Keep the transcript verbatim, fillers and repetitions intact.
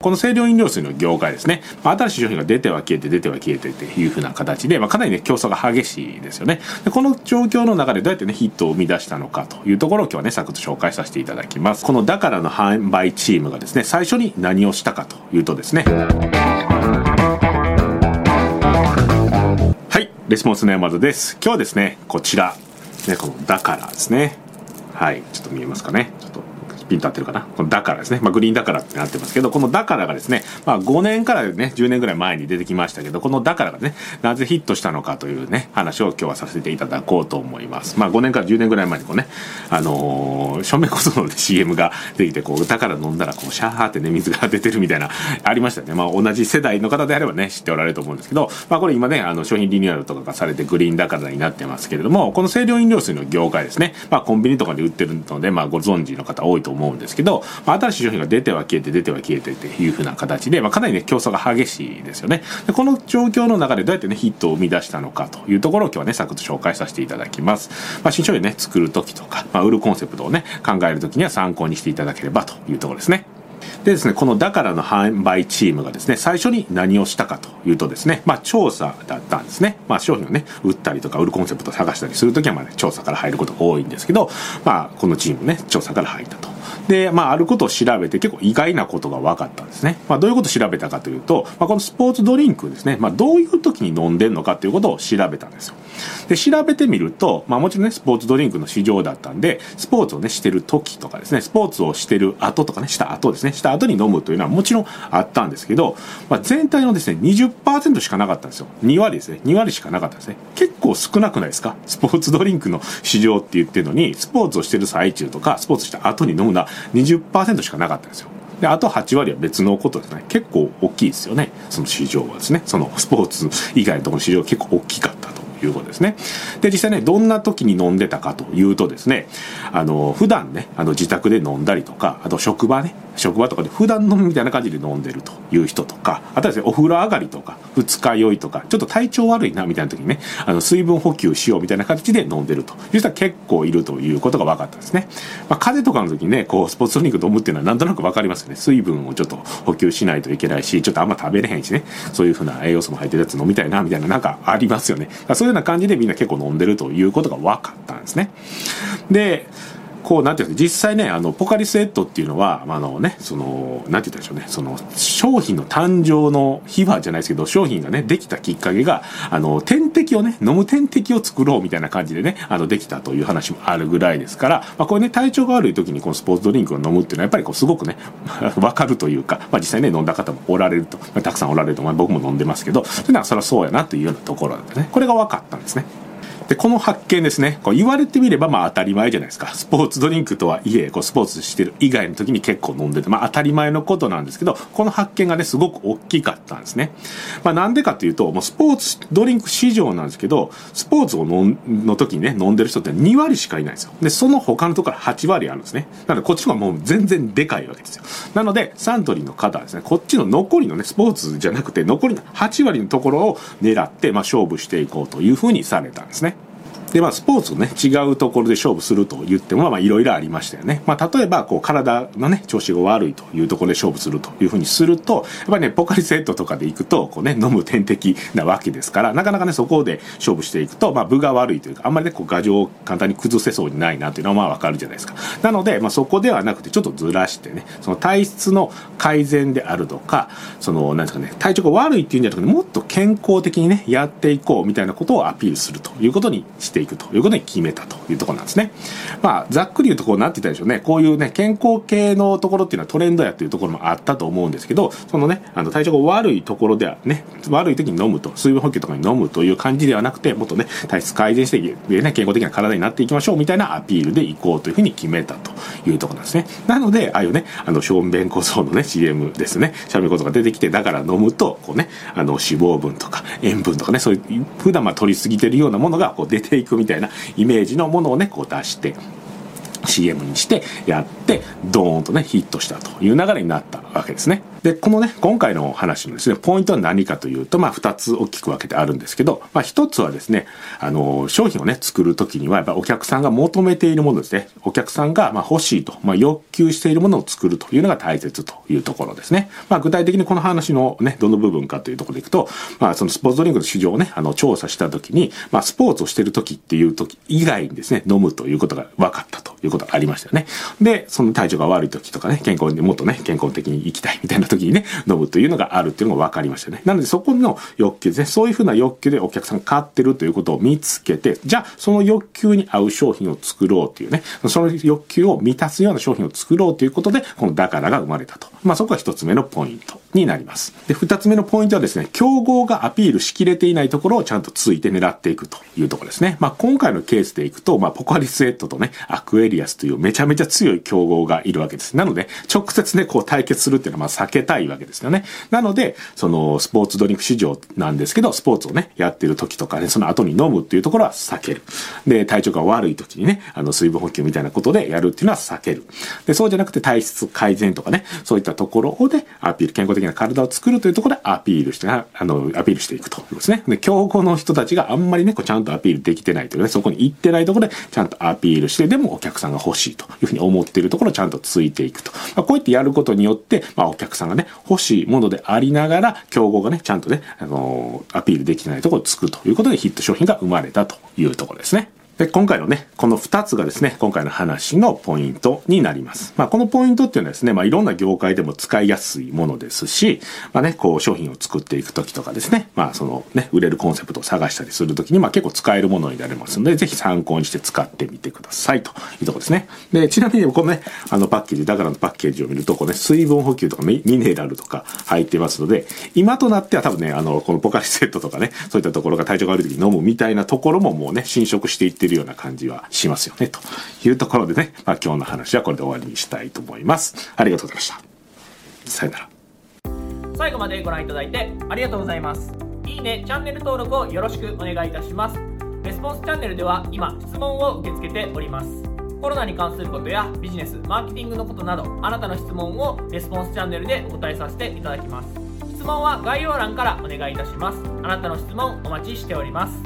この清涼飲料水の業界ですね、まあ、新しい商品が出ては消えて出ては消えてっていう風な形で、まあ、かなりね競争が激しいですよね。でこの状況の中でどうやってねヒットを生み出したのかというところを今日はねサクッと紹介させていただきます。このだからの販売チームがですね最初に何をしたかというとですね、はい、レスポンスの山田です。今日はですねこちらね、このだからですね、はい、ちょっと見えますかね、ちょっとピンと合ってるかな、このだからですね、まあ、グリーンだからってなってますけど、このだからがですね、まあ、ごねんからねじゅうねんぐらい前に出てきましたけど、このだからがねなぜヒットしたのかというね話を今日はさせていただこうと思います。まあ、ごねんからじゅうねんぐらい前にこうねあのー、正面こその、ね、シーエム ができて、こうだから飲んだらこうシャーってね水が出てるみたいなありましたよね。まあ、同じ世代の方であればね知っておられると思うんですけど、まあ、これ今ねあの商品リニューアルとかがされてグリーンだからになってますけれども、この清涼飲料水の業界ですね、まあ、コンビニとかで売ってるので、まあ、ご存知の方多いと思うんですけど、まあ、新しい商品が出ては消えて出ては消えてっていう風な形で、まあ、かなりね競争が激しいですよね。でこの状況の中でどうやってねヒットを生み出したのかというところを今日はねサクッと紹介させていただきます。まあ、新商品ね作る時とか、まあ、売るコンセプトをね考える時には参考にしていただければというところですね。でですね、このだからの販売チームがですね最初に何をしたかというとですね、まあ、調査だったんですね。まあ、商品をね売ったりとか売るコンセプトを探したりするときはまあ、ね、調査から入ることが多いんですけど、まあ、このチームね調査から入ったと。で、まあ、あることを調べて結構意外なことが分かったんですね。まあ、どういうことを調べたかというと、まあ、このスポーツドリンクですね、まあ、どういう時に飲んでんのかということを調べたんですよ。で調べてみると、まあ、もちろんねスポーツドリンクの市場だったんで、スポーツをねしてる時とかですね、スポーツをしてる後とかねした後ですねした後に飲むというのはもちろんあったんですけど、まあ、全体のですね にじゅっパーセント しかなかったんですよ。に割ですね、に割しかなかったんですね。結構少なくないですか。スポーツドリンクの市場って言ってるのに、スポーツをしてる最中とかスポーツした後に飲むのは にじゅっパーセント しかなかったんですよ。であとはち割は別のことですね。結構大きいですよね。その市場はですね、そのスポーツ以外のところの市場は結構大きかったということですね。で実際ねどんな時に飲んでたかというとですね、あの普段ねあの自宅で飲んだりとか、あと職場ね職場とかで普段飲むみたいな感じで飲んでるという人とか、あとはですねお風呂上がりとか二日酔いとかちょっと体調悪いなみたいな時にねあの水分補給しようみたいな形で飲んでるという人は結構いるということが分かったんですね。まあ、風邪とかの時にねこうスポーツドリンク飲むっていうのはなんとなく分かりますよね。水分をちょっと補給しないといけないし、ちょっとあんま食べれへんしね、そういう風な栄養素も入ってるやつ飲みたいなみたいななんかありますよね。そういうような感じでみんな結構飲んでるということが分かったんですね。でこうなんていうんですか、実際ねあのポカリスエットっていうのはあのねそのなんて言ったんでしょうね、その商品の誕生の秘話じゃないですけど、商品がねできたきっかけがあの点滴をね飲む点滴を作ろうみたいな感じでねあのできたという話もあるぐらいですから、まあ、これね体調が悪い時にこのスポーツドリンクを飲むっていうのはやっぱりこうすごくね分かるというか、まあ、実際ね飲んだ方もおられると、まあ、たくさんおられると、まあ、僕も飲んでますけど、それならそりゃそうやなというようなところなんでね、これが分かったんですね。でこの発見ですね、こう言われてみればまあ当たり前じゃないですか。スポーツドリンクとはいえこうスポーツしてる以外の時に結構飲んでて、まあ当たり前のことなんですけど、この発見がねすごく大きかったんですね。まあなんでかというと、もうスポーツドリンク市場なんですけど、スポーツを飲んの時にね飲んでる人ってに割しかいないんですよ。でその他のところからはち割あるんですね。なのでこっちの方がもう全然でかいわけですよ。なのでサントリーの方はですね、こっちの残りのねスポーツじゃなくて残りのはち割のところを狙ってまあ勝負していこうというふうにされたんですね。でまあ、スポーツをね違うところで勝負すると言ってもまあいろいろありましたよね。まあ、例えばこう体のね調子が悪いというところで勝負するというふうにすると、やっぱりねポカリスエットとかでいくとこう、ね、飲む点滴なわけですから、なかなかねそこで勝負していくと、まあ、分が悪いというか、あんまりねこう牙城を簡単に崩せそうにないなというのはまあわかるじゃないですか。なので、まあ、そこではなくてちょっとずらしてね、その体質の改善であるとか、そのなんですかね体調が悪いっていうんじゃなくてもっと健康的にねやっていこうみたいなことをアピールするということにしていくということに決めたというところなんですね。まあざっくり言うとこうなんて言ったでしょうね、こういうね健康系のところっていうのはトレンドやっていうところもあったと思うんですけど、そのねあの体調が悪いところではね悪い時に飲むと、水分補給とかに飲むという感じではなくて、もっとね体質改善してで、ね、健康的な体になっていきましょうみたいなアピールでいこうというふうに決めたというところなんですね。なのでああいうねあの小便小僧のね シーエム ですね、小便小僧が出てきて、だから飲むとこうねあの脂肪分とか塩分とかね、そういう普段まあ取りすぎてるようなものがこう出ていくみたいなイメージのものをねこう出してシーエム にしてやってドーンとねヒットしたという流れになったわけですね。 で、このね、今回の話のですね、ポイントは何かというと、まあ、二つ大きく分けてあるんですけど、まあ、一つはですね、あの、商品をね、作るときには、やっぱお客さんが求めているものですね。お客さんが、まあ、欲しいと、まあ、欲求しているものを作るというのが大切というところですね。まあ、具体的にこの話のね、どの部分かというところでいくと、まあ、そのスポーツドリンクの市場をね、あの、調査したときに、まあ、スポーツをしているときっていうとき以外にですね、飲むということが分かったということがありましたよね。で、その体調が悪いときとかね、健康にもっとね、健康的に生きたいみたいなときにね、飲むというのがあるっていうのが分かりましたね。なので、そこの欲求ですね、そういうふうな欲求でお客さんが買ってるということを見つけて、じゃあ、その欲求に合う商品を作ろうというね、その欲求を満たすような商品を作ろうということで、このだからが生まれたと。まあ、そこが一つ目のポイントになります。で、二つ目のポイントはですね、競合がアピールしきれていないところをちゃんとついて狙っていくというところですね。まあ、今回のケースでいくと、まあ、ポカリスエットとね、アクエリアスというめちゃめちゃ強い競合がいるわけです。なので、直接ね、こう対決するっていうのはまあ避けたいわけですよね。なので、そのスポーツドリンク市場なんですけど、スポーツをね、やってる時とかね、その後に飲むっていうところは避ける。で、体調が悪い時にね、あの、水分補給みたいなことでやるっていうのは避ける。で、そうじゃなくて体質改善とかね、そういったところでアピール、健康的な体を作るというところでアピールして、あの、アピールしていくということですね。で、競合の人たちがあんまりね、こうちゃんとアピールできてないというね、そこに行ってないところでちゃんとアピールして、でもお客さんが欲しいというふうに思っているところをちゃんとついていくと。まあ、こうやってやることによって、まあ、お客さんがね、欲しいものでありながら、競合がね、ちゃんとね、あのー、アピールできてないところを作るということでヒット商品が生まれたというところですね。で、今回のね、この二つがですね、今回の話のポイントになります。まあ、このポイントっていうのはですね、まあ、いろんな業界でも使いやすいものですし、まあね、こう、商品を作っていくときとかですね、まあ、そのね、売れるコンセプトを探したりするときに、まあ、結構使えるものになりますので、ぜひ参考にして使ってみてくださいというところですね。で、ちなみにこのね、あのパッケージ、だからのパッケージを見ると、こうね、水分補給とかミネラルとか入ってますので、今となっては多分ね、あの、このポカリスエットとかね、そういったところが体調が悪いときに飲むみたいなところももうね、侵食していってるような感じはしますよねというところでね、まあ、今日の話はこれで終わりにしたいと思います。ありがとうございました。さよなら。 最後までご覧いただいてありがとうございます。いいね、チャンネル登録をよろしくお願いいたします。レスポンスチャンネルでは今質問を受け付けております。コロナに関することやビジネス、マーケティングのことなど、あなたの質問をレスポンスチャンネルでお答えさせていただきます。質問は概要欄からお願いいたします。あなたの質問お待ちしております。